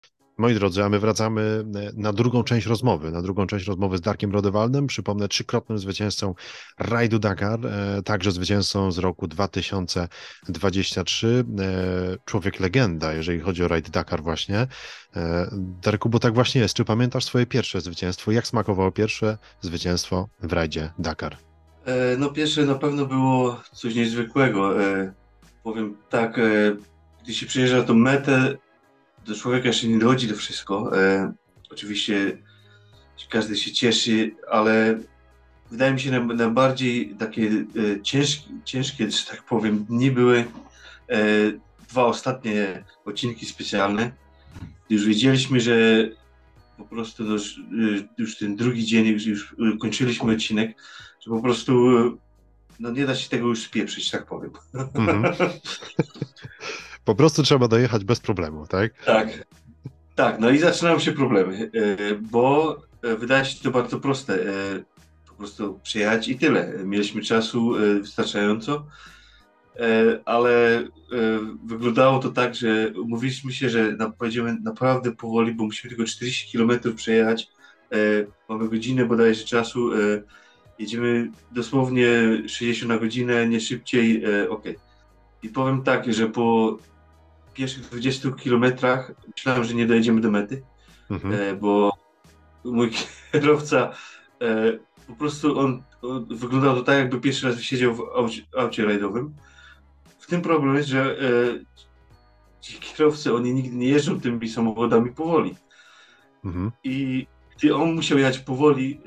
Moi drodzy, a my wracamy na drugą część rozmowy z Darkiem Rodewaldem. Przypomnę, trzykrotnym zwycięzcą rajdu Dakar, także zwycięzcą z roku 2023. Człowiek legenda, jeżeli chodzi o rajd Dakar właśnie. Darku, bo tak właśnie jest. Czy pamiętasz swoje pierwsze zwycięstwo? Jak smakowało pierwsze zwycięstwo w rajdzie Dakar? No pierwsze na pewno było coś niezwykłego. Powiem tak, gdy się przyjeżdża na tą metę, do człowieka jeszcze nie dochodzi to wszystko. Oczywiście każdy się cieszy, ale wydaje mi się najbardziej takie ciężkie, że tak powiem, dni były dwa ostatnie odcinki specjalne. Już wiedzieliśmy, że po prostu już ten drugi dzień, już kończyliśmy odcinek, że po prostu no nie da się tego już spieprzyć, tak powiem. Mhm. Po prostu trzeba dojechać bez problemu, tak? Tak, tak, no i zaczynają się problemy, bo wydaje się to bardzo proste, po prostu przyjechać i tyle. Mieliśmy czasu wystarczająco, ale wyglądało to tak, że umówiliśmy się, że pojedziemy naprawdę powoli, bo musimy tylko 40 km przejechać, mamy godzinę bodajże czasu, jedziemy dosłownie 60 na godzinę, nie szybciej, ok. I powiem tak, że po pierwszych 20 kilometrach myślałem, że nie dojedziemy do mety, Mhm. bo mój kierowca po prostu on wyglądał to tak, jakby pierwszy raz siedział w aucie rajdowym. W tym problem jest, że ci kierowcy, oni nigdy nie jeżdżą tymi samochodami powoli. Mhm. I gdy on musiał jechać powoli,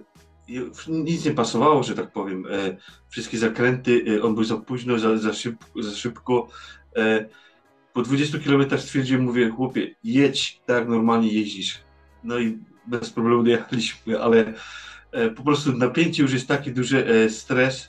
nic nie pasowało, że tak powiem. Wszystkie zakręty, on był za późno, za szybko. Po 20 km stwierdziłem, mówię, chłopie, jedź tak jak normalnie jeździsz. No i bez problemu dojechaliśmy, ale po prostu napięcie już jest taki duży, stres.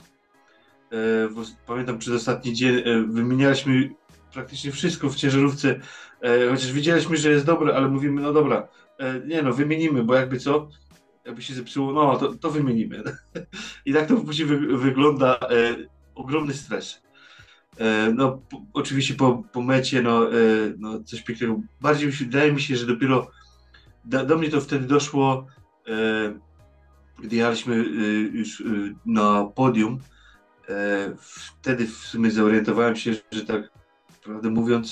Pamiętam przez ostatni dzień wymienialiśmy praktycznie wszystko w ciężarówce, chociaż wiedzieliśmy, że jest dobre, ale mówimy, no dobra, nie no, wymienimy, bo jakby co, jakby się zepsuło, no to wymienimy. I tak to później wygląda, ogromny stres. No, oczywiście po mecie, no, coś pięknego. Bardziej wydaje mi się, że dopiero do mnie to wtedy doszło, gdy jechaliśmy już na podium. Wtedy w sumie zorientowałem się, że tak prawdę mówiąc,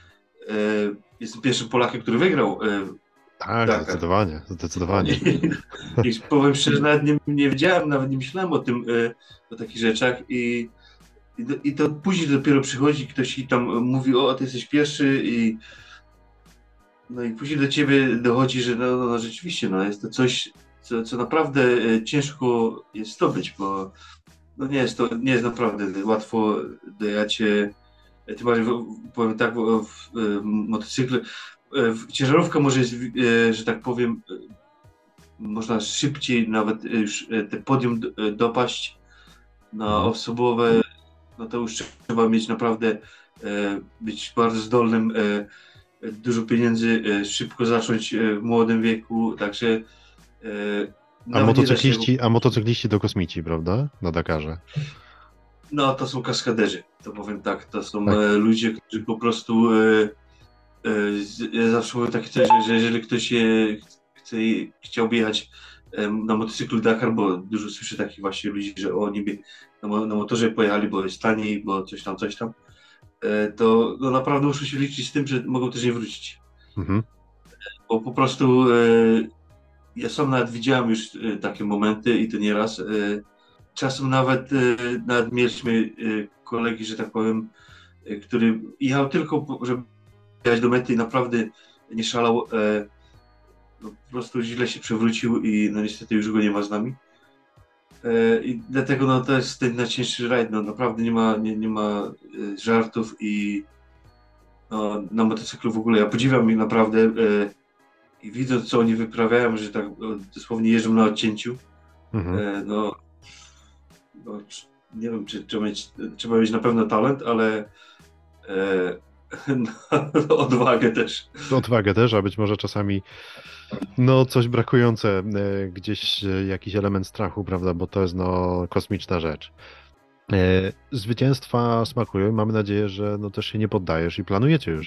jestem pierwszym Polakiem, który wygrał Tak, Dakar. zdecydowanie, No, zdecydowanie. i powiem szczerze, nawet nie wiedziałem, nawet nie myślałem o tym, o takich rzeczach i to później dopiero przychodzi ktoś i tam mówi, o, ty jesteś pierwszy no i później do ciebie dochodzi, że no rzeczywiście, no jest to coś, co naprawdę ciężko jest zdobyć, bo no nie jest naprawdę łatwo dojechać, tym bardziej powiem tak, w motocykle, ciężarówka może jest, że tak powiem, można szybciej nawet już te podium dopaść na Mhm. osobowe, no to już trzeba mieć naprawdę, być bardzo zdolnym, dużo pieniędzy, szybko zacząć w młodym wieku, także nawet nie da się. A motocykliści to kosmici, prawda? Na Dakarze. No to są kaskaderzy, to powiem tak, to są Tak. ludzie, którzy po prostu, ja zawsze mówię takie coś, że jeżeli ktoś chciałby jechać na motocyklu Dakar, bo dużo słyszę takich właśnie ludzi, że oni by na motorze pojechali, bo jest taniej, bo coś tam, to no naprawdę muszą się liczyć z tym, że mogą też nie wrócić. Mhm. Bo po prostu ja sam nawet widziałem już takie momenty i to nieraz. Czasem nawet mieliśmy kolegi, że tak powiem, który jechał tylko, żeby jechać do mety i naprawdę nie szalał. No, po prostu źle się przewrócił i no niestety już go nie ma z nami. I dlatego no, to jest ten najcięższy rajd. No, naprawdę nie ma żartów i no, na motocyklu w ogóle ja podziwiam ich naprawdę i widząc co oni wyprawiają, że tak dosłownie jeżdżą na odcięciu, Mhm. no, no nie wiem, czy trzeba mieć na pewno talent, ale no, odwagę też. Odwagę też, a być może czasami no coś brakujące, gdzieś jakiś element strachu, prawda, bo to jest no kosmiczna rzecz. Zwycięstwa smakują i mamy nadzieję, że no też się nie poddajesz i planujecie już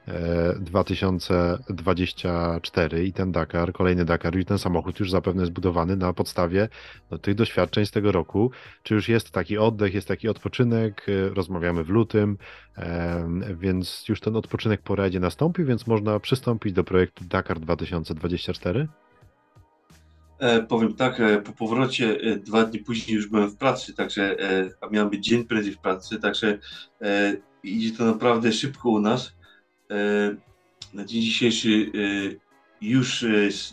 2024 i ten Dakar, kolejny Dakar i ten samochód już zapewne jest budowany na podstawie no, tych doświadczeń z tego roku. Czy już jest taki oddech, jest taki odpoczynek? Rozmawiamy w lutym, więc już ten odpoczynek po rajdzie nastąpił, więc można przystąpić do projektu Dakar 2024. Powiem tak, po powrocie 2 dni później już byłem w pracy, także, a miałem być dzień prędzej w pracy, także idzie to naprawdę szybko u nas. Na dzień dzisiejszy już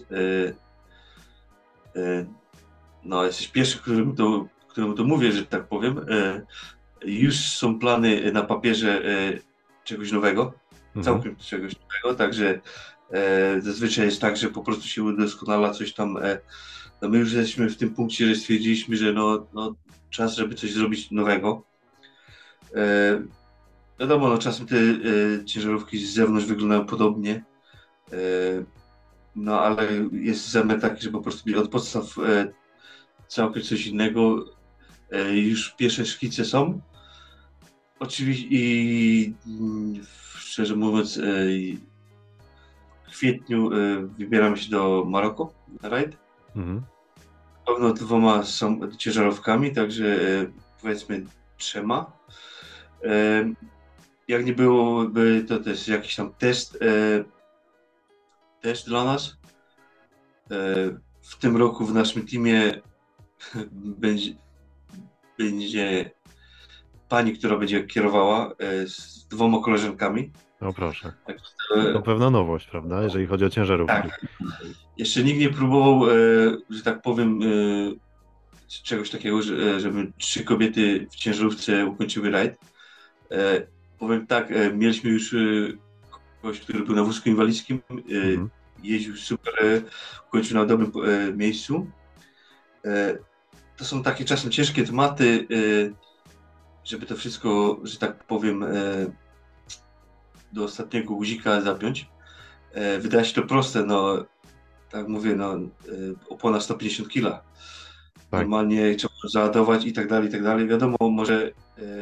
no, jesteś pierwszy, któremu to mówię, że tak powiem. Już są plany na papierze czegoś nowego, Mhm. całkiem czegoś nowego, także zazwyczaj jest tak, że po prostu się udoskonala coś tam. No my już jesteśmy w tym punkcie, że stwierdziliśmy, że no czas, żeby coś zrobić nowego. E, Wiadomo, no czasem te ciężarówki z zewnątrz wyglądają podobnie, e, no ale jest zamiar taki, że po prostu od podstaw całkiem coś innego. Już pierwsze szkice są. Oczywiście i szczerze mówiąc, w kwietniu wybieramy się do Maroku na rajd. Mhm. Pewno 2 są ciężarówkami, także powiedzmy 3. Jak nie byłoby, to jest jakiś tam test dla nas. W tym roku w naszym teamie będzie pani, która będzie kierowała z 2 koleżankami. No proszę. Tak, To pewna nowość, prawda, jeżeli chodzi o ciężarówki. tak. Jeszcze nikt nie próbował, że tak powiem, czegoś takiego, żeby 3 kobiety w ciężarówce ukończyły rajd. Powiem tak, mieliśmy już kogoś, który był na wózku inwalidzkim, Mhm. jeździł super, ukończył na dobrym miejscu. To są takie czasem ciężkie tematy, żeby to wszystko, że tak powiem, do ostatniego guzika zapiąć. Wydaje się to proste, no tak mówię, no opona 150 kg. Tak. Normalnie trzeba załadować i tak dalej, i tak dalej. Wiadomo, może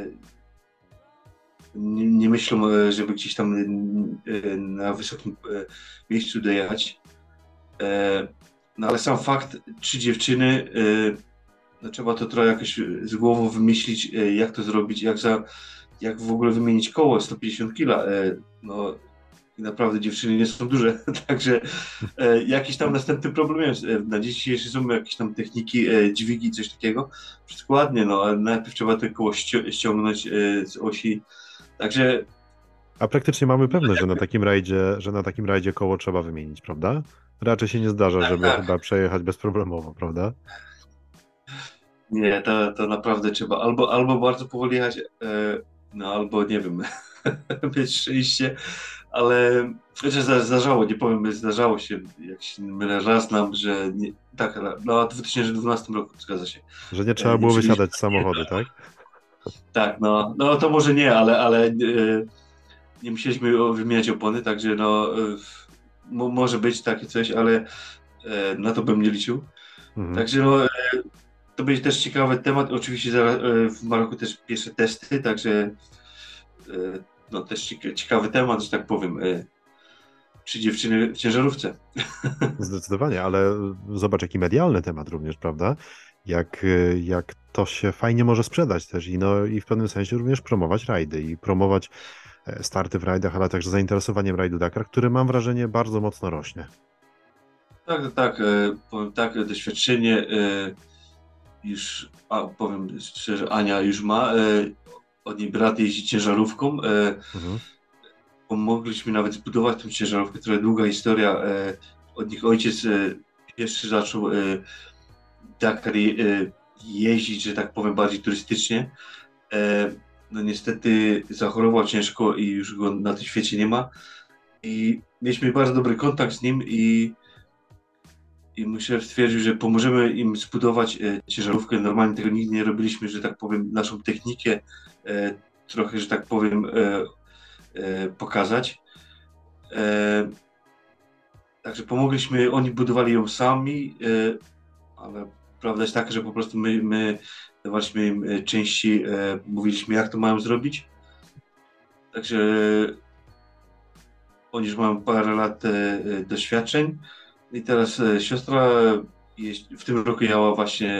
nie myślą, żeby gdzieś tam na wysokim miejscu dojechać. No ale sam fakt, 3 dziewczyny, no trzeba to trochę jakoś z głową wymyślić, jak to zrobić, jak w ogóle wymienić koło 150 kg. No i naprawdę dziewczyny nie są duże, także jakiś tam następny problem jest. Na dziś dzisiejszy są jakieś tam techniki, dźwigi, coś takiego. Wszystko ładnie, no ale najpierw trzeba to koło ściągnąć z osi. Także A praktycznie mamy pewność, że na takim rajdzie koło trzeba wymienić, prawda? Raczej się nie zdarza, tak, żeby tak. chyba przejechać bezproblemowo, prawda? Nie, to naprawdę trzeba albo bardzo powoli jechać, no albo nie wiem, mieć szczęście, ale chociaż zdarzało, nie powiem, zdarzało się, jak się mylę, raz nam, że nie, tak, no w 2012 roku, zgadza się, Że nie trzeba nie było przyjęliśmy. wysiadać z samochodu, tak? Tak, no to może nie, ale nie musieliśmy wymieniać opony, także no może być takie coś, ale na to bym nie liczył. Mhm. Także no, to będzie też ciekawy temat. Oczywiście w Maroku też pierwsze testy, także no też ciekawy temat, że tak powiem. 3 dziewczyny w ciężarówce. Zdecydowanie, ale zobacz, jaki medialny temat również, prawda? Jak to się fajnie może sprzedać też i w pewnym sensie również promować rajdy i promować starty w rajdach, ale także zainteresowaniem rajdu Dakar, który mam wrażenie bardzo mocno rośnie. Tak, powiem tak, doświadczenie już, powiem szczerze, Ania już ma. Od niej brat jeździ ciężarówką. Mhm. Pomogliśmy nawet zbudować tę ciężarówkę, trochę długa historia. Od nich ojciec pierwszy zaczął Dakar jeździć, że tak powiem, bardziej turystycznie. No niestety zachorował ciężko i już go na tym świecie nie ma. I mieliśmy bardzo dobry kontakt z nim i muszę stwierdzić, że pomożemy im zbudować ciężarówkę. Normalnie tego nigdy nie robiliśmy, że tak powiem, naszą technikę trochę, że tak powiem, pokazać. Także pomogliśmy, oni budowali ją sami, ale prawda jest taka, że po prostu my dawaliśmy im części, mówiliśmy jak to mają zrobić. Także oni już mają parę lat doświadczeń i teraz siostra w tym roku jechała właśnie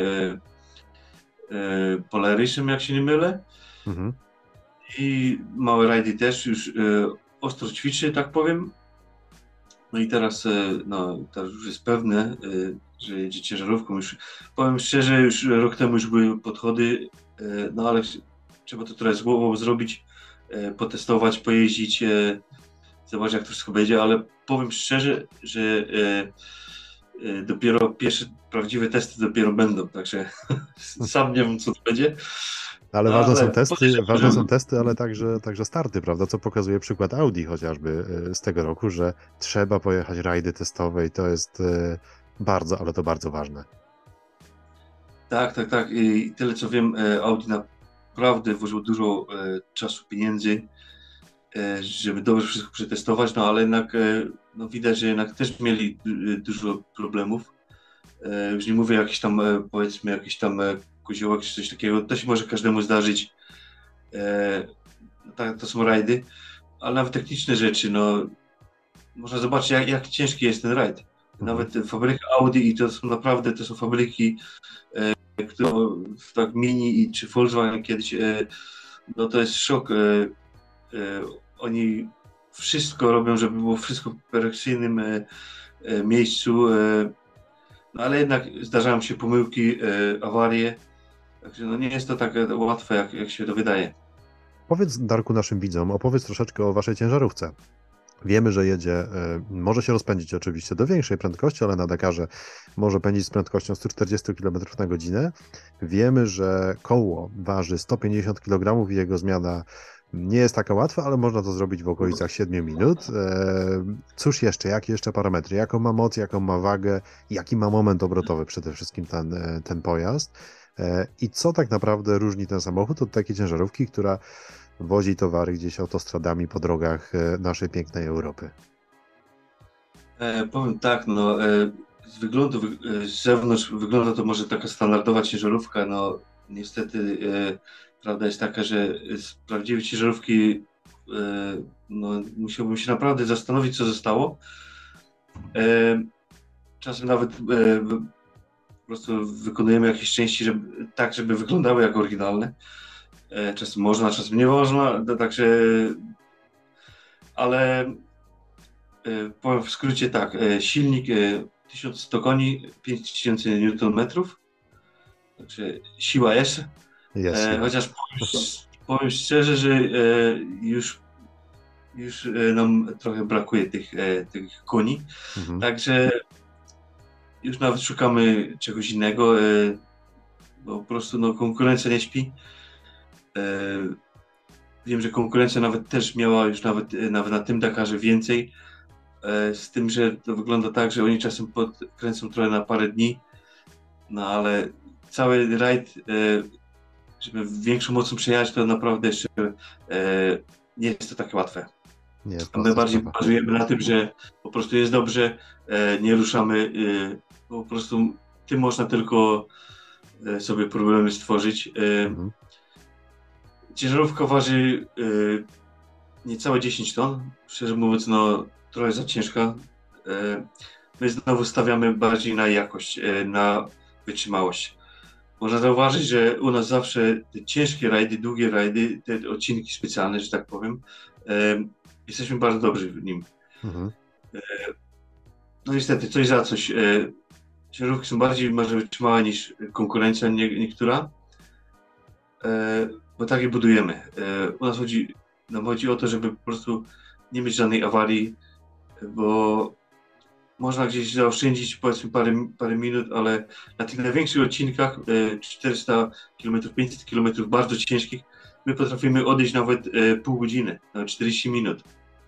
Polarisem, jak się nie mylę. Mhm. I małe rajdy też już ostro ćwiczy, tak powiem. No i teraz, teraz już jest pewne, że jedzie ciężarówką. Już, powiem szczerze, już rok temu już były podchody, no ale trzeba to trochę z głową zrobić, potestować, pojeździć, zobaczyć jak to wszystko będzie, ale powiem szczerze, że dopiero pierwsze prawdziwe testy dopiero będą, także sam nie wiem co to będzie. Ale No, ważne ale są testy, ale także starty, prawda? Co pokazuje przykład Audi chociażby z tego roku, że trzeba pojechać rajdy testowe i to jest bardzo, ale to bardzo ważne. Tak. I tyle co wiem, Audi naprawdę włożył dużo czasu, pieniędzy, żeby dobrze wszystko przetestować, no ale jednak widać, że jednak też mieli dużo problemów. Już nie mówię jakiś tam, powiedzmy, jakiś tam koziołek czy coś takiego, to się może każdemu zdarzyć. Tak, to są rajdy, ale nawet techniczne rzeczy, no można zobaczyć jak ciężki jest ten rajd. Nawet fabryka Audi i to są naprawdę, to są fabryki, które tak Mini i czy Volkswagen kiedyś, no to jest szok. Oni wszystko robią, żeby było wszystko w perfekcyjnym miejscu, no ale jednak zdarzają się pomyłki, awarie, także no nie jest to tak łatwe, jak się to wydaje. Powiedz, Darku, naszym widzom, opowiedz troszeczkę o waszej ciężarówce. Wiemy, że jedzie, może się rozpędzić oczywiście do większej prędkości, ale na Dakarze może pędzić z prędkością 140 km na godzinę. Wiemy, że koło waży 150 kg i jego zmiana nie jest taka łatwa, ale można to zrobić w okolicach 7 minut. Cóż jeszcze, jakie jeszcze parametry? Jaką ma moc, jaką ma wagę, jaki ma moment obrotowy przede wszystkim ten pojazd? I co tak naprawdę różni ten samochód od takiej ciężarówki, która wozi towary gdzieś autostradami po drogach naszej pięknej Europy? Powiem tak, no z wyglądu, z zewnątrz wygląda to może taka standardowa ciężarówka, no niestety prawda jest taka, że z prawdziwej ciężarówki no, musiałbym się naprawdę zastanowić, co zostało. Czasem nawet po prostu wykonujemy jakieś części, żeby wyglądały jak oryginalne. Czasem można, czasem nie można, także ale powiem w skrócie tak, silnik 1100 koni, 5000 Nm, także siła jest, chociaż powiem szczerze, że już nam trochę brakuje tych koni, także już nawet szukamy czegoś innego, bo po prostu no, konkurencja nie śpi. Wiem, że konkurencja nawet też miała już nawet na tym Dakarze więcej, z tym, że to wygląda tak, że oni czasem podkręcą trochę na parę dni, no ale cały rajd, żeby większą mocą przejechać, to naprawdę jeszcze nie jest to takie łatwe. A my bardziej bazujemy na tym, że po prostu jest dobrze, nie ruszamy, po prostu tym można tylko sobie problemy stworzyć. Ciężarówka waży niecałe 10 ton, szczerze mówiąc, no trochę za ciężka. My znowu stawiamy bardziej na jakość, na wytrzymałość. Można zauważyć, że u nas zawsze te ciężkie rajdy, długie rajdy, te odcinki specjalne, że tak powiem, jesteśmy bardzo dobrzy w nim. No niestety, coś za coś. Ciężarówki są bardziej może wytrzymałe niż konkurencja niektóra, bo tak je budujemy. U nas chodzi o to, żeby po prostu nie mieć żadnej awarii, bo można gdzieś zaoszczędzić powiedzmy parę minut, ale na tych największych odcinkach 400 km, 500 km bardzo ciężkich, my potrafimy odejść nawet pół godziny, nawet 40 minut.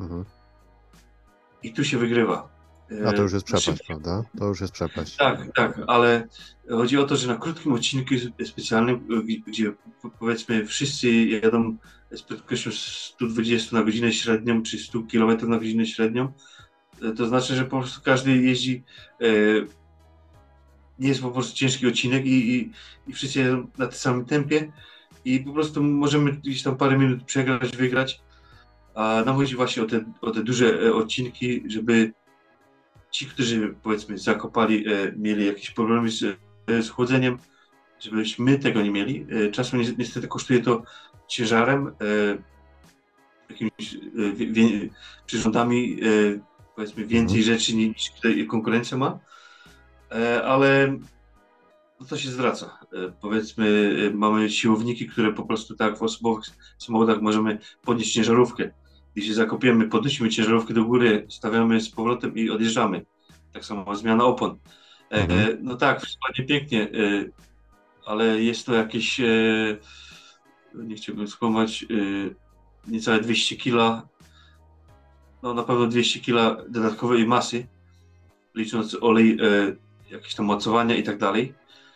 I tu się wygrywa. A to już jest przepaść, prawda? To już jest przepaść. Tak, ale chodzi o to, że na krótkim odcinku specjalnym, gdzie powiedzmy wszyscy jadą z prędkością 120 na godzinę średnią, czy 100 km na godzinę średnią, to znaczy, że po prostu każdy jeździ nie jest po prostu ciężki odcinek i wszyscy jadą na tym samym tempie i po prostu możemy gdzieś tam parę minut przegrać, wygrać, a nam chodzi właśnie o te duże odcinki, żeby ci, którzy powiedzmy zakopali, mieli jakieś problemy z chłodzeniem, żebyśmy tego nie mieli. Czasem niestety kosztuje to ciężarem, jakimiś przyrządami, powiedzmy więcej rzeczy niż tutaj konkurencja ma, ale no to się zwraca. Powiedzmy, mamy siłowniki, które po prostu tak w osobowych samochodach możemy podnieść ciężarówkę. Gdy się zakopiemy, podnosimy ciężarówkę do góry, stawiamy z powrotem i odjeżdżamy. Tak samo zmiana opon. No tak, wszystko ładnie, pięknie, ale jest to jakieś, nie chciałbym skłamać, niecałe 200 kg, no na pewno 200 kg dodatkowej masy, licząc olej, jakieś tam mocowania i tak dalej.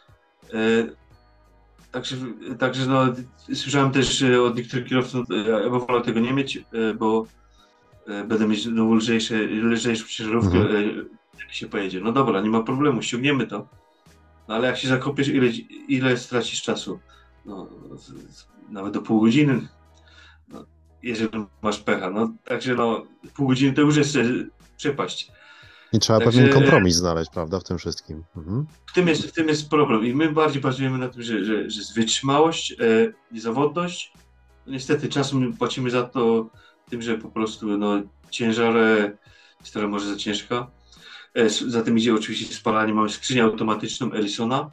Także no, słyszałem też od niektórych kierowców, ja bym wolał tego nie mieć, bo będę mieć znowu lżejszą ciężarówkę, jak się pojedzie. No dobra, nie ma problemu, ściągniemy to, no, ale jak się zakopiesz, ile stracisz czasu? No, nawet do pół godziny, no, jeżeli masz pecha. No, także no, pół godziny to już jest przepaść. I trzeba Także, pewien kompromis znaleźć, prawda, w tym wszystkim. w tym jest problem i my bardziej bazujemy na tym, że jest wytrzymałość, niezawodność. No, niestety czasem płacimy za to tym, że po prostu no, ciężarę jest trochę może za ciężka. Za tym idzie oczywiście spalanie. Mamy skrzynię automatyczną Ellisona.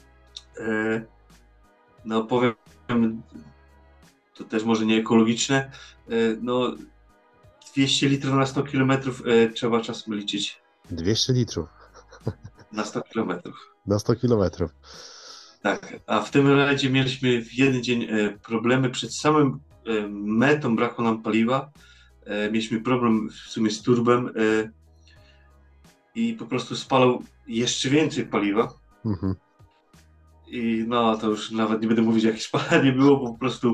No powiem, to też może nie ekologiczne. No 200 litrów na 100 km trzeba czasem liczyć. 200 litrów. Na 100 kilometrów. Na 100 kilometrów. Tak, a w tym rajdzie mieliśmy w jeden dzień problemy. Przed samym metą brakło nam paliwa. Mieliśmy problem w sumie z turbem i po prostu spalał jeszcze więcej paliwa. I no to już nawet nie będę mówić, jakie spalanie było, bo po prostu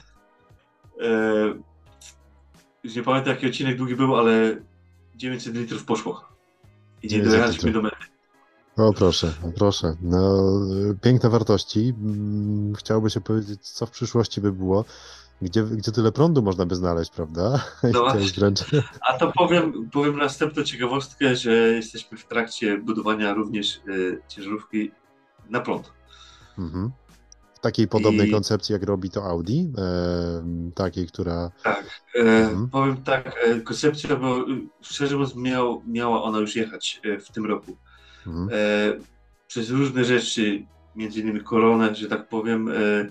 już nie pamiętam, jaki odcinek długi był, ale 900 litrów poszło. I nie dojechaliśmy do mety. O proszę, o proszę. No, piękne wartości. Chciałoby się powiedzieć, co w przyszłości by było, gdzie tyle prądu można by znaleźć, prawda? No, to jest wręcz... A to powiem następną ciekawostkę, że jesteśmy w trakcie budowania również ciężarówki na prąd. W takiej podobnej koncepcji, jak robi to Audi, takiej, która... Tak, powiem tak, koncepcja, bo szczerze mówiąc miała ona już jechać w tym roku. Przez różne rzeczy, między innymi koronę, że tak powiem,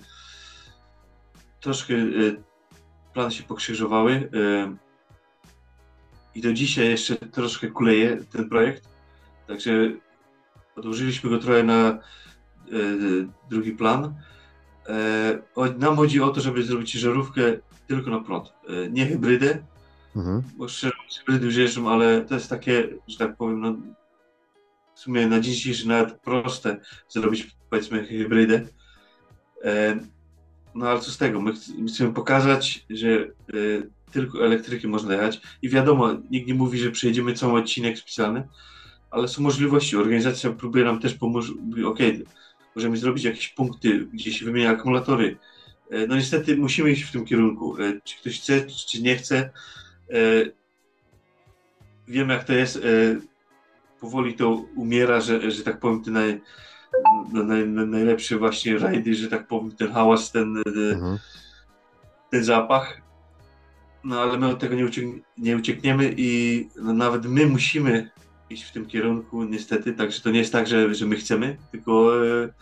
troszkę plany się pokrzyżowały i do dzisiaj jeszcze troszkę kuleje ten projekt, także odłożyliśmy go trochę na drugi plan. Nam chodzi o to, żeby zrobić ciężarówkę tylko na prąd, nie hybrydę, bo szczerze mówiąc hybrydy już jeżdżą, ale to jest takie, że tak powiem, no, w sumie na dzień dzisiejszy nawet proste zrobić, powiedzmy, hybrydę. No ale co z tego? My chcemy pokazać, że tylko elektryki można jechać i wiadomo, nikt nie mówi, że przejedziemy cały odcinek specjalny, ale są możliwości. Organizacja próbuje nam też pomóc, mówi, możemy zrobić jakieś punkty, gdzie się wymienia akumulatory. No niestety musimy iść w tym kierunku. Czy ktoś chce, czy nie chce. Wiem, jak to jest. Powoli to umiera, że tak powiem, te najlepsze właśnie rajdy, że tak powiem, ten hałas, ten zapach. No ale my od tego nie uciekniemy i no, nawet my musimy iść w tym kierunku, niestety. Także to nie jest tak, że my chcemy, tylko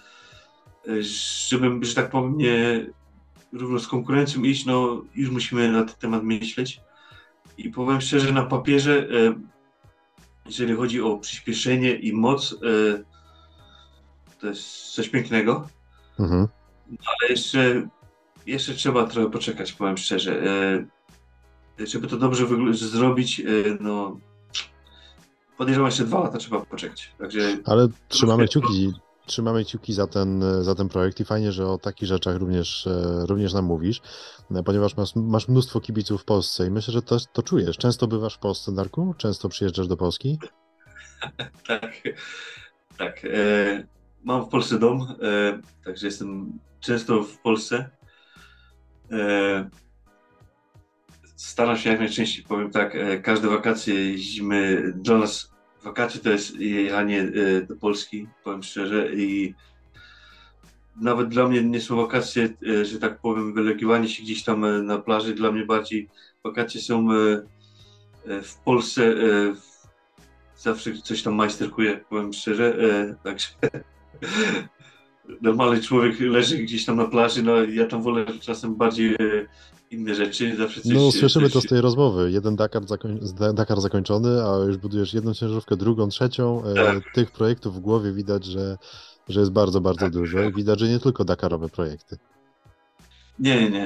żeby, że tak powiem, nie równo z konkurencją iść, no już musimy na ten temat myśleć. I powiem szczerze, na papierze, jeżeli chodzi o przyspieszenie i moc, to jest coś pięknego. Ale jeszcze trzeba trochę poczekać, powiem szczerze. Żeby to dobrze zrobić, no podejrzewam, jeszcze 2 lata trzeba poczekać. Także ale trzymamy kciuki za ten projekt i fajnie, że o takich rzeczach również nam mówisz, ponieważ masz mnóstwo kibiców w Polsce i myślę, że to czujesz. Często bywasz w Polsce, Darku? Często przyjeżdżasz do Polski? Tak. Tak, mam w Polsce dom, także jestem często w Polsce. E, Staram się jak najczęściej, powiem tak, każde wakacje jeździmy, dla nas wakacje to jest jechanie do Polski, powiem szczerze, i nawet dla mnie nie są wakacje, że tak powiem, wylegiwanie się gdzieś tam na plaży, dla mnie bardziej wakacje są w Polsce, zawsze coś tam majsterkuję, powiem szczerze, także normalny człowiek leży gdzieś tam na plaży, no ja tam wolę czasem bardziej inne rzeczy, zawsze No, coś, słyszymy to coś z tej rozmowy. Jeden Dakar zakończony, a już budujesz jedną ciężarówkę, drugą, trzecią. tak, Tych projektów w głowie widać, że jest bardzo, bardzo tak. dużo i widać, że nie tylko Dakarowe projekty. Nie.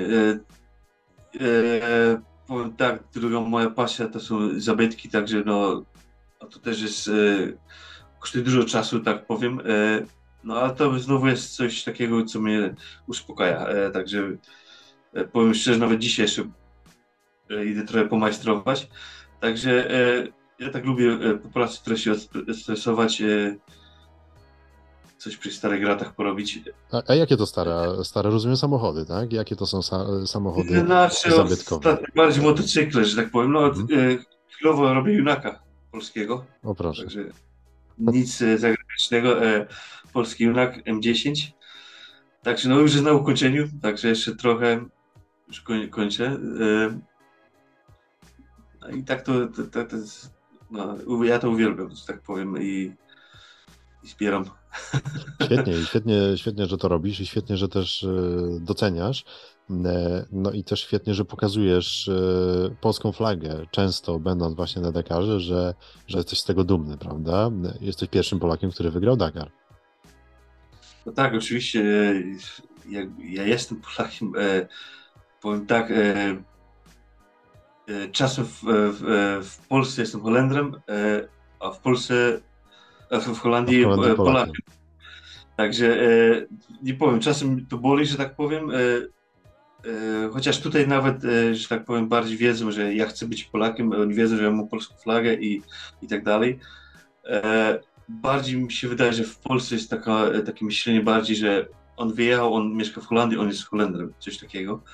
Powiem tak, drugą moja pasja to są zabytki, także no to też jest, kosztuje dużo czasu, tak powiem. No ale to znowu jest coś takiego, co mnie uspokaja. Także powiem szczerze, nawet dzisiaj jeszcze idę trochę pomajstrować. Także ja tak lubię po pracy trochę się odstresować, coś przy starych gratach porobić. A jakie to stare, rozumiem, samochody, tak? Jakie to są samochody Znaczy, zabytkowe? bardziej motocykle, że tak powiem. No, Mhm. chwilowo robię Junaka polskiego, O proszę. także nic zagranicznego. Polski Junak M10. Także no już jest na ukończeniu, także jeszcze trochę już kończę. No i tak to jest, no, ja to uwielbiam, że tak powiem, i zbieram. Świetnie i świetnie, że to robisz i świetnie, że też doceniasz. No i też świetnie, że pokazujesz polską flagę, często będąc właśnie na Dakarze, że jesteś z tego dumny, prawda? Jesteś pierwszym Polakiem, który wygrał Dakar. No tak, oczywiście, ja jestem Polakiem, powiem tak, czasem w Polsce jestem Holendrem, a w Polsce, w A w Holandii Holandii Polakiem. Polakiem. Także nie powiem, czasem to boli, że tak powiem, chociaż tutaj nawet, że tak powiem, bardziej wiedzą, że ja chcę być Polakiem, oni wiedzą, że ja mam polską flagę i tak dalej. Bardziej mi się wydaje, że w Polsce jest takie myślenie bardziej, że on wyjechał, on mieszka w Holandii, on jest Holendrem, coś takiego.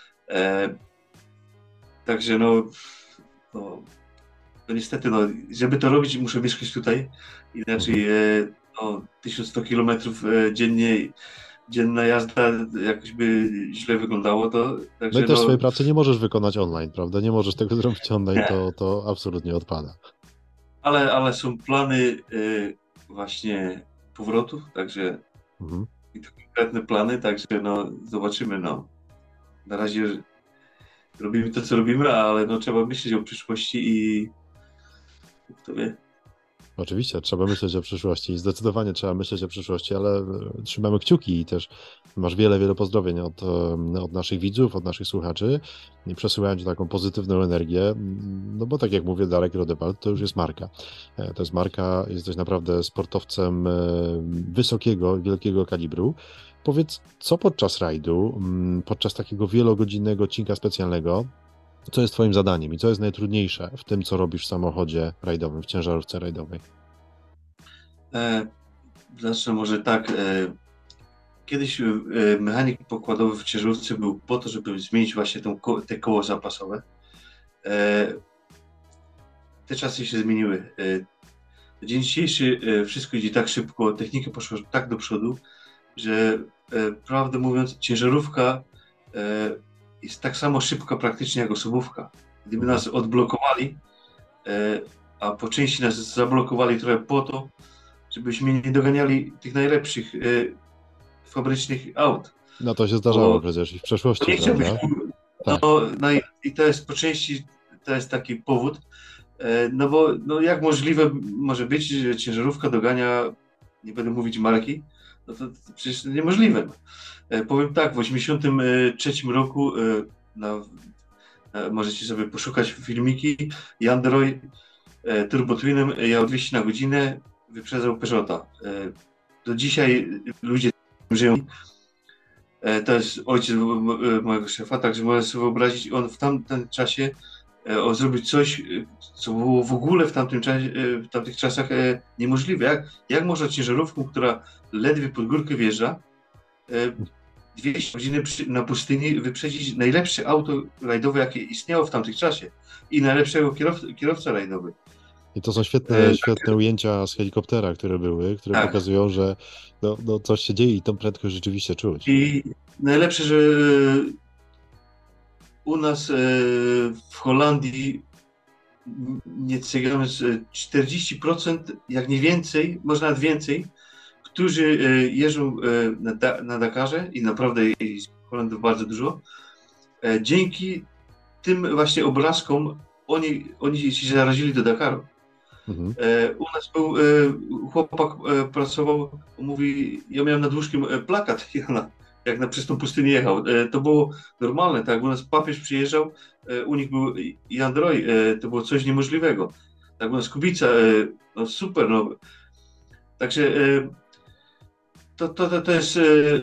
Także no, no niestety, no, żeby to robić, muszę mieszkać tutaj. Inaczej no, 1100 km dziennie, dzienna jazda jakoś by źle wyglądało to. No i Także też no, swojej pracy nie możesz wykonać online, prawda? Nie możesz tego zrobić online, nie. to absolutnie odpada. Ale są plany właśnie powrotu, także Mhm. i to konkretne plany, także no zobaczymy, no. Na razie robimy to, co robimy, ale no trzeba myśleć o przyszłości i kto wie. Oczywiście, trzeba myśleć o przyszłości. Zdecydowanie trzeba myśleć o przyszłości, ale trzymamy kciuki i też masz wiele pozdrowień od naszych widzów, od naszych słuchaczy. I przesyłają ci taką pozytywną energię, no bo tak jak mówię, Darek Rodewald to już jest marka. To jest marka, jesteś naprawdę sportowcem wysokiego, wielkiego kalibru. Powiedz, co podczas rajdu, podczas takiego wielogodzinnego odcinka specjalnego, co jest twoim zadaniem i co jest najtrudniejsze w tym, co robisz w samochodzie rajdowym, w ciężarówce rajdowej? Zacznę może tak. Kiedyś mechanik pokładowy w ciężarówce był po to, żeby zmienić właśnie te koło zapasowe. Te czasy się zmieniły. Dzień dzisiejszy wszystko idzie tak szybko, technika poszła tak do przodu, że prawdę mówiąc, ciężarówka jest tak samo szybka praktycznie jak osobówka. Gdyby nas odblokowali, a po części nas zablokowali trochę po to, żebyśmy nie doganiali tych najlepszych fabrycznych aut. No to się zdarzało przecież i w przeszłości, Nie chciałbyś, prawda? Tak. no i to jest po części, to jest taki powód, no bo no jak możliwe może być, że ciężarówka dogania, nie będę mówić marki, no to przecież niemożliwe. Powiem tak, w 1983 roku możecie sobie poszukać filmiki, Yandroy Turbo Twinem jechał 200 na godzinę, wyprzedzał Peugeota. Do dzisiaj ludzie żyją. To jest ojciec mojego szefa, także można sobie wyobrazić, on w tamtym czasie zrobić coś, co było w ogóle w tamtym czasie, w tamtych czasach niemożliwe. Jak można ciężarówką, która ledwie pod górkę wjeżdża, 200 godziny na pustyni wyprzedzić najlepsze auto rajdowe, jakie istniało w tamtych czasie i najlepszego kierowca rajdowy. I to są świetne ujęcia z helikoptera, które były, które tak. pokazują, że coś się dzieje i tą prędkość rzeczywiście czuć. I najlepsze, że u nas w Holandii nie cygamy 40%, jak nie więcej, może nawet więcej, którzy jeżdżą na Dakarze i naprawdę jest Holandów bardzo dużo. Dzięki tym właśnie obrazkom oni się zarazili do Dakaru. Mhm. U nas był chłopak pracował, mówi, ja miałem nad łóżkiem plakat, jak przez tą pustynię jechał. To było normalne, tak? U nas papież przyjeżdżał, u nich był Jan Droj, to było coś niemożliwego. Tak, u nas Kubica, no super, no. Także to jest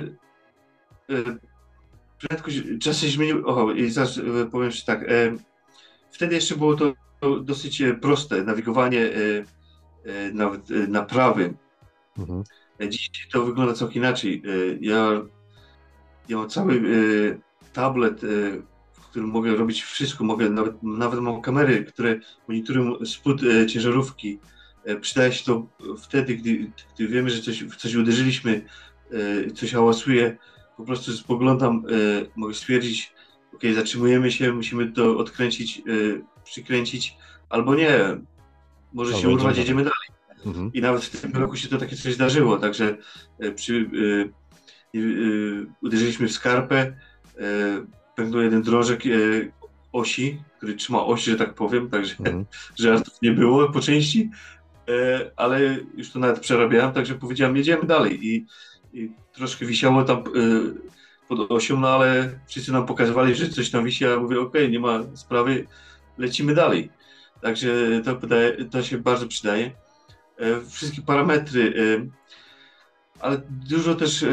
prędkość, czasy się zmieniły. I zaraz powiem jeszcze tak, wtedy jeszcze było to dosyć proste, nawigowanie nawet na prawym. Mhm. Dzisiaj to wygląda całkiem inaczej. Ja mam cały tablet, w którym mogę robić wszystko. Nawet mam kamery, które monitorują spód ciężarówki. Przydaje się to wtedy, gdy wiemy, że w coś uderzyliśmy, coś hałasuje. Po prostu spoglądam, mogę stwierdzić, ok, zatrzymujemy się, musimy to odkręcić, przykręcić, albo nie. Może się urwać, jedziemy dalej. Mhm. I nawet w tym roku się to takie coś zdarzyło, także uderzyliśmy w skarpę, pęknął jeden drążek osi, który trzyma oś, że tak powiem, także żartów nie było po części, ale już to nawet przerabiałem, także powiedziałem, jedziemy dalej i troszkę wisiało tam pod osią, no ale wszyscy nam pokazywali, że coś tam wisi, a ja mówię, okej, nie ma sprawy, lecimy dalej. Także to się bardzo przydaje. Wszystkie parametry, ale dużo też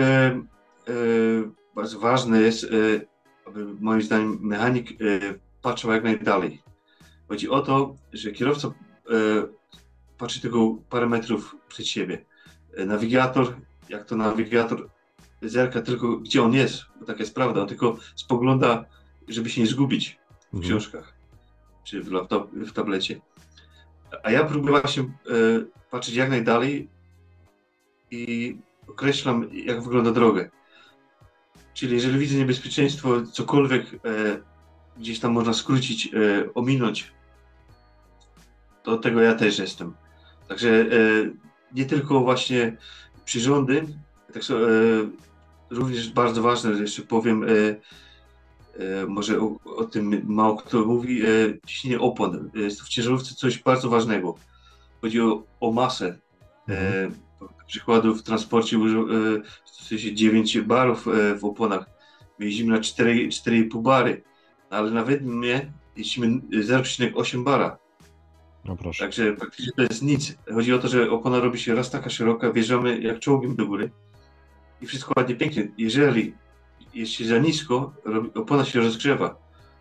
bardzo ważne jest, aby moim zdaniem mechanik patrzył jak najdalej. Chodzi o to, że kierowca patrzy tylko parametrów przed siebie. Nawigator, jak to nawigator zerka tylko gdzie on jest, bo taka jest prawda, on tylko spogląda, żeby się nie zgubić w książkach czy w tablecie. A ja próbuję właśnie patrzeć jak najdalej i określam, jak wygląda droga. Czyli jeżeli widzę niebezpieczeństwo, cokolwiek gdzieś tam można skrócić, ominąć, to tego ja też jestem. Także nie tylko właśnie przyrządy, tak również bardzo ważne, że jeszcze powiem, może o tym mało kto mówi, ciśnienie opon. Jest to w ciężarówce coś bardzo ważnego. Chodzi o masę. Na przykładu w transporcie stosuje się 9 barów w oponach. My jeździmy na 4,5 bary, ale nawet my jeździmy 0,8 bara. No proszę. Także praktycznie to jest nic. Chodzi o to, że opona robi się raz taka szeroka, wjeżdżamy jak czołgiem do góry i wszystko ładnie, pięknie. Jeżeli jest się za nisko, opona się rozgrzewa.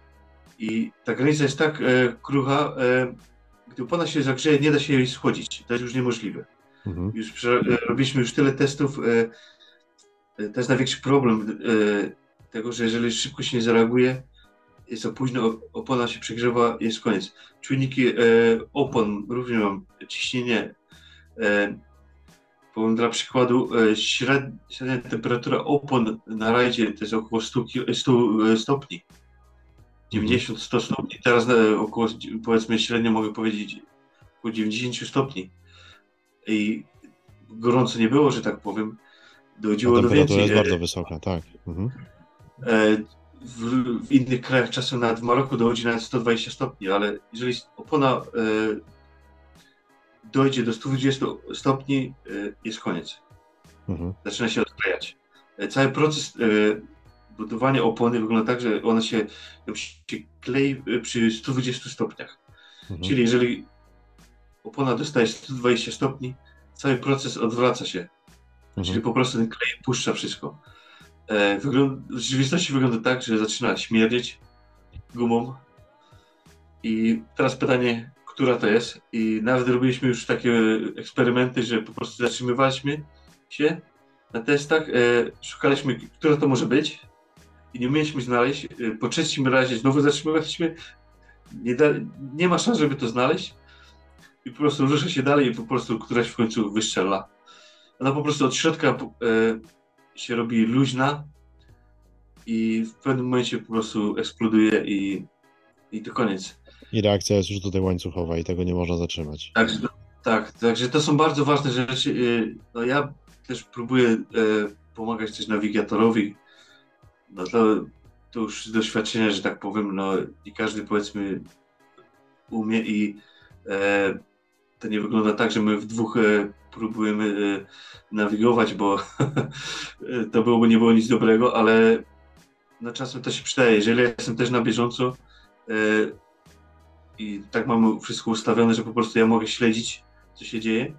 I ta granica jest tak krucha, gdy opona się zagrzeje, nie da się jej schodzić. To jest już niemożliwe. Robiliśmy już tyle testów. To jest największy problem tego, że jeżeli szybko się nie zareaguje, jest za późno, opona się przegrzewa, jest koniec. Czujniki opon, również mam ciśnienie. Powiem dla przykładu, średnia temperatura opon na rajdzie to jest około 100 stopni. 90-100 stopni. Teraz około, powiedzmy średnio mogę powiedzieć, około 90 stopni. I gorąco nie było, że tak powiem. Dochodziło do więcej. Temperatura jest bardzo wysoka, tak. W innych krajach czasem nawet w Maroku dochodzi nawet 120 stopni, ale jeżeli opona dojdzie do 120 stopni, jest koniec. Zaczyna się odklejać. Cały proces budowania opony wygląda tak, że ona się klei przy 120 stopniach. Czyli jeżeli opona dostaje 120 stopni, cały proces odwraca się. Czyli po prostu ten klej puszcza wszystko. W rzeczywistości wygląda tak, że zaczyna śmierdzieć gumą I teraz pytanie, która to jest? I nawet robiliśmy już takie eksperymenty, że po prostu zatrzymywaliśmy się na testach, szukaliśmy, która to może być i nie umieliśmy znaleźć. Po trzecim razie znowu zatrzymywaliśmy. Nie, nie ma szans, żeby to znaleźć. I po prostu rusza się dalej i po prostu któraś w końcu wystrzela. Ona po prostu od środka się robi luźna i w pewnym momencie po prostu eksploduje i to koniec. I reakcja jest już tutaj łańcuchowa i tego nie można zatrzymać. Także to są bardzo ważne rzeczy. No ja też próbuję pomagać też nawigatorowi. No to już z doświadczenia, że tak powiem, no i każdy powiedzmy umie i to nie wygląda tak, że my w dwóch próbujemy nawigować, bo to nie było nic dobrego, ale no czasem to się przydaje. Jeżeli ja jestem też na bieżąco i tak mam wszystko ustawione, że po prostu ja mogę śledzić, co się dzieje,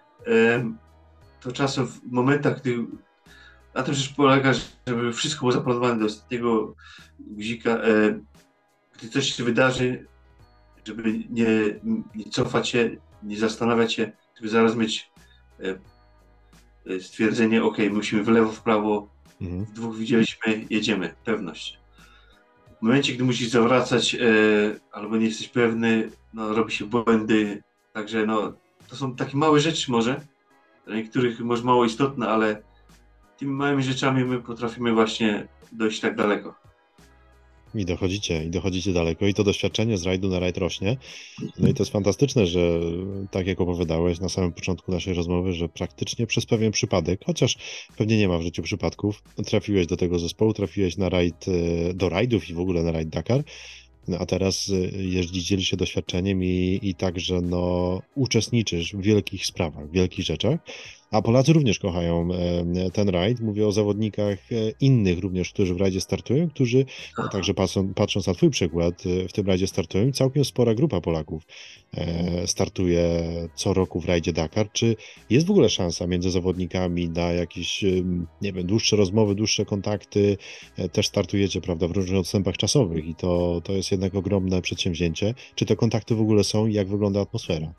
to czasem w momentach, gdy na tym rzecz polega, żeby wszystko było zaplanowane do ostatniego guzika, gdy coś się wydarzy, żeby nie cofać się, nie zastanawiać się, żeby zaraz mieć stwierdzenie, ok, musimy w lewo, w prawo, w dwóch widzieliśmy, jedziemy, pewność. W momencie, gdy musisz zawracać albo nie jesteś pewny, no robi się błędy, także no to są takie małe rzeczy może, dla niektórych może mało istotne, ale tymi małymi rzeczami my potrafimy właśnie dojść tak daleko. I dochodzicie daleko i to doświadczenie z rajdu na rajd rośnie. No i to jest fantastyczne, że tak jak opowiadałeś na samym początku naszej rozmowy, że praktycznie przez pewien przypadek, chociaż pewnie nie ma w życiu przypadków, trafiłeś do tego zespołu, trafiłeś na rajd, do rajdów i w ogóle na rajd Dakar, a teraz jeździsz, dzielisz się doświadczeniem i także no, uczestniczysz w wielkich sprawach, w wielkich rzeczach. A Polacy również kochają ten rajd. Mówię o zawodnikach innych również, którzy w rajdzie startują, którzy także patrząc na twój przykład, w tym rajdzie startują. Całkiem spora grupa Polaków startuje co roku w rajdzie Dakar. Czy jest w ogóle szansa między zawodnikami na jakieś, nie wiem, dłuższe rozmowy, dłuższe kontakty? Też startujecie, prawda, w różnych odstępach czasowych i to jest jednak ogromne przedsięwzięcie. Czy te kontakty w ogóle są i jak wygląda atmosfera?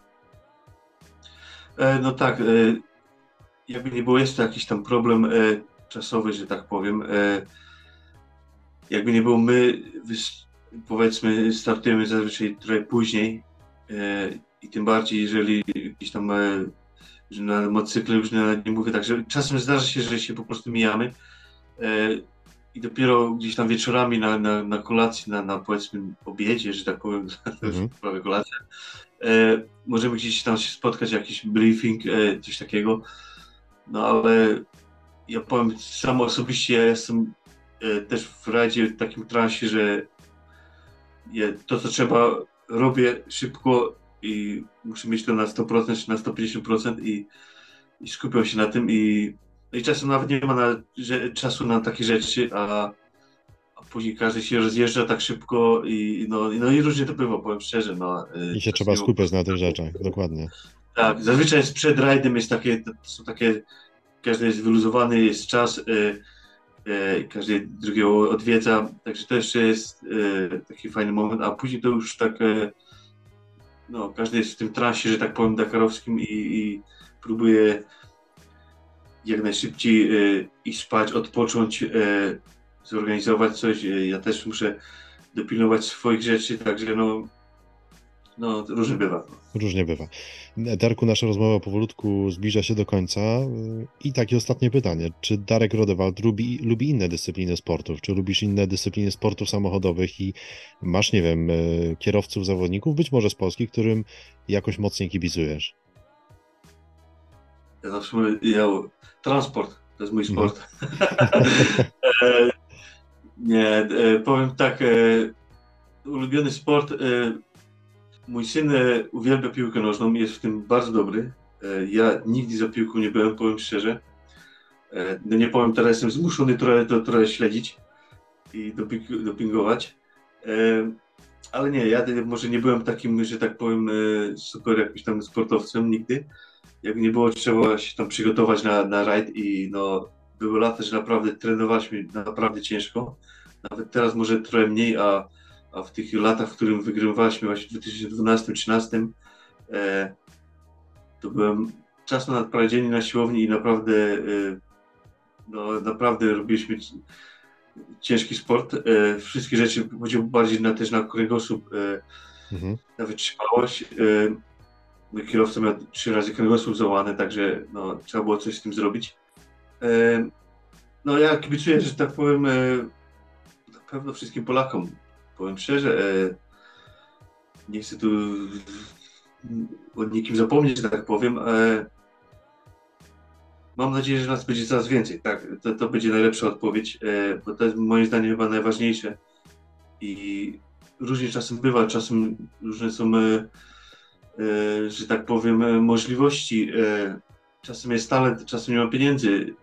No tak, jakby nie było, jest to jakiś tam problem czasowy, że tak powiem. Jakby nie było, my powiedzmy startujemy zazwyczaj trochę później i tym bardziej, jeżeli jakiś tam że na motocyklu już nie mówię, także czasem zdarza się, że się po prostu mijamy i dopiero gdzieś tam wieczorami na kolacji, na powiedzmy obiedzie, że tak powiem, to już prawie kolacja, możemy gdzieś tam się spotkać, jakiś briefing, coś takiego. No ale ja powiem sam osobiście, ja jestem też w radzie w takim transie, że to co trzeba robię szybko i muszę mieć to na 100% czy na 150% i skupiam się na tym no i czasem nawet nie ma czasu na takie rzeczy, a później każdy się rozjeżdża tak szybko i różnie to bywa, powiem szczerze. No, I się trzeba skupiać na tych rzeczach, dokładnie. Tak, zazwyczaj jest przed rajdem, jest są takie, każdy jest wyluzowany, jest czas, każdy drugiego odwiedza, także to jeszcze jest taki fajny moment, a później to już tak, no każdy jest w tym transie, że tak powiem, dakarowskim i próbuje jak najszybciej iść spać, odpocząć, zorganizować coś. Ja też muszę dopilnować swoich rzeczy, także no różnie bywa. Różnie bywa. Darku, nasza rozmowa powolutku zbliża się do końca i takie ostatnie pytanie. Czy Darek Rodewald lubi inne dyscypliny sportów? Czy lubisz inne dyscypliny sportów samochodowych i masz, nie wiem, kierowców, zawodników, być może z Polski, którym jakoś mocniej kibicujesz? Ja zawsze mówię, transport to jest mój sport. Nie, powiem tak, ulubiony sport, mój syn uwielbia piłkę nożną, jest w tym bardzo dobry. Ja nigdy za piłką nie byłem, powiem szczerze. No nie powiem, teraz jestem zmuszony trochę śledzić i dopingować. Ale nie, ja może nie byłem takim, że tak powiem, super jakimś tam sportowcem nigdy. Jak nie było, trzeba się tam przygotować na rajd i no były lata, że naprawdę trenowaliśmy naprawdę ciężko. Nawet teraz może trochę mniej, a a w tych latach, w którym wygrywaliśmy właśnie w 2012-2013, to byłem czas na prawie dziennie na siłowni i naprawdę, no, naprawdę robiliśmy ciężki sport. Wszystkie rzeczy chodziło bardziej też na kręgosłup, na wytrzymałość. Mój kierowca miał 3 razy kręgosłup załamany, także no, trzeba było coś z tym zrobić. No ja kibicuję, że tak powiem, na pewno wszystkim Polakom. Powiem szczerze, nie chcę tu o nikim zapomnieć, że tak powiem. Mam nadzieję, że nas będzie coraz więcej. Tak, to będzie najlepsza odpowiedź, bo to jest moim zdaniem chyba najważniejsze. I różnie czasem bywa, czasem różne są, że tak powiem, możliwości. Czasem jest talent, czasem nie ma pieniędzy.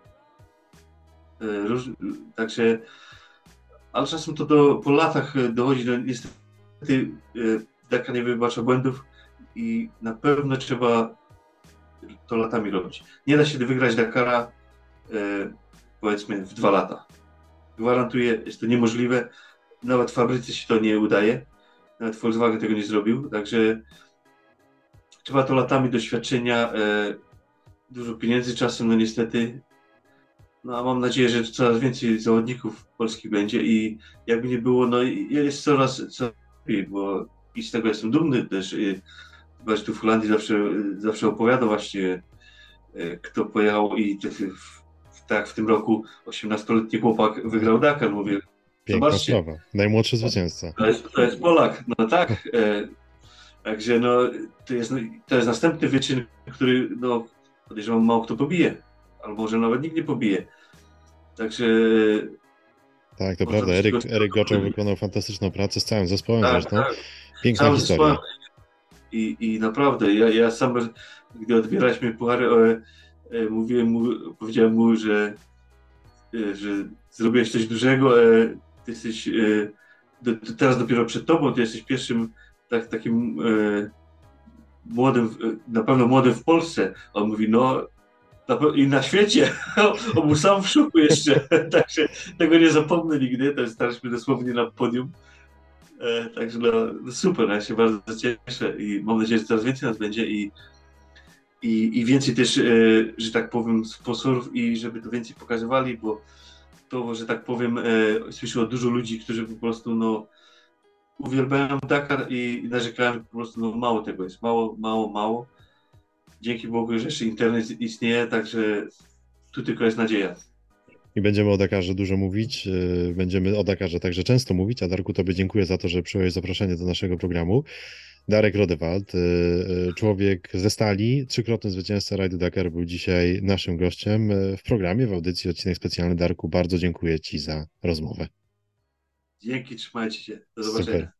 Także, ale czasem to po latach dochodzi do niestety Dakar nie wybacza błędów i na pewno trzeba to latami robić. Nie da się wygrać Dakara powiedzmy w 2 lata. Gwarantuję, jest to niemożliwe. Nawet w fabryce się to nie udaje. Nawet Volkswagen tego nie zrobił, także trzeba to latami doświadczenia, dużo pieniędzy czasem, no niestety. No a mam nadzieję, że coraz więcej zawodników polskich będzie i jakby nie było, no jest coraz lepiej, bo i z tego jestem dumny też. Właśnie tu w Holandii zawsze opowiada właśnie, kto pojechał i tak w tym roku 18-letni chłopak wygrał Dakar. Mówię, Piękna zobaczcie. sprawa. Najmłodszy zwycięzca. To jest Polak, no tak. Także no, to jest następny wyczyn, który no, podejrzewam mało kto pobije. Albo może nawet nikt nie pobije. Także... Tak, to prawda. Eryk Goczoł wykonał fantastyczną pracę z całym zespołem tak, zresztą. tak. Piękna Całym historia. zespołem. I naprawdę, ja sam, gdy odbieraliśmy puchary, powiedziałem mu, że zrobiłeś coś dużego, ty jesteś teraz dopiero przed tobą, ty jesteś pierwszym takim młodym, na pewno młodym w Polsce. On mówi, no i na świecie. On był sam w szoku jeszcze, także tego nie zapomnę nigdy, to staliśmy dosłownie na podium. Także no, super, ja się bardzo cieszę i mam nadzieję, że coraz więcej nas będzie i więcej też, że tak powiem, sponsorów i żeby to więcej pokazywali, bo to, że tak powiem, słyszę od dużo ludzi, którzy po prostu no, uwielbiają Dakar i narzekają, że po prostu no, mało tego jest, mało. Dzięki Bogu, że jeszcze internet istnieje, także tu tylko jest nadzieja. I będziemy o Dakarze dużo mówić, będziemy o Dakarze także często mówić, a Darku, tobie dziękuję za to, że przyjąłeś zaproszenie do naszego programu. Darek Rodewald, człowiek ze stali, 3-krotny zwycięzca Rajdu Dakar, był dzisiaj naszym gościem w programie, w audycji Odcinek Specjalny. Darku, bardzo dziękuję ci za rozmowę. Dzięki, trzymajcie się. Do zobaczenia. Super.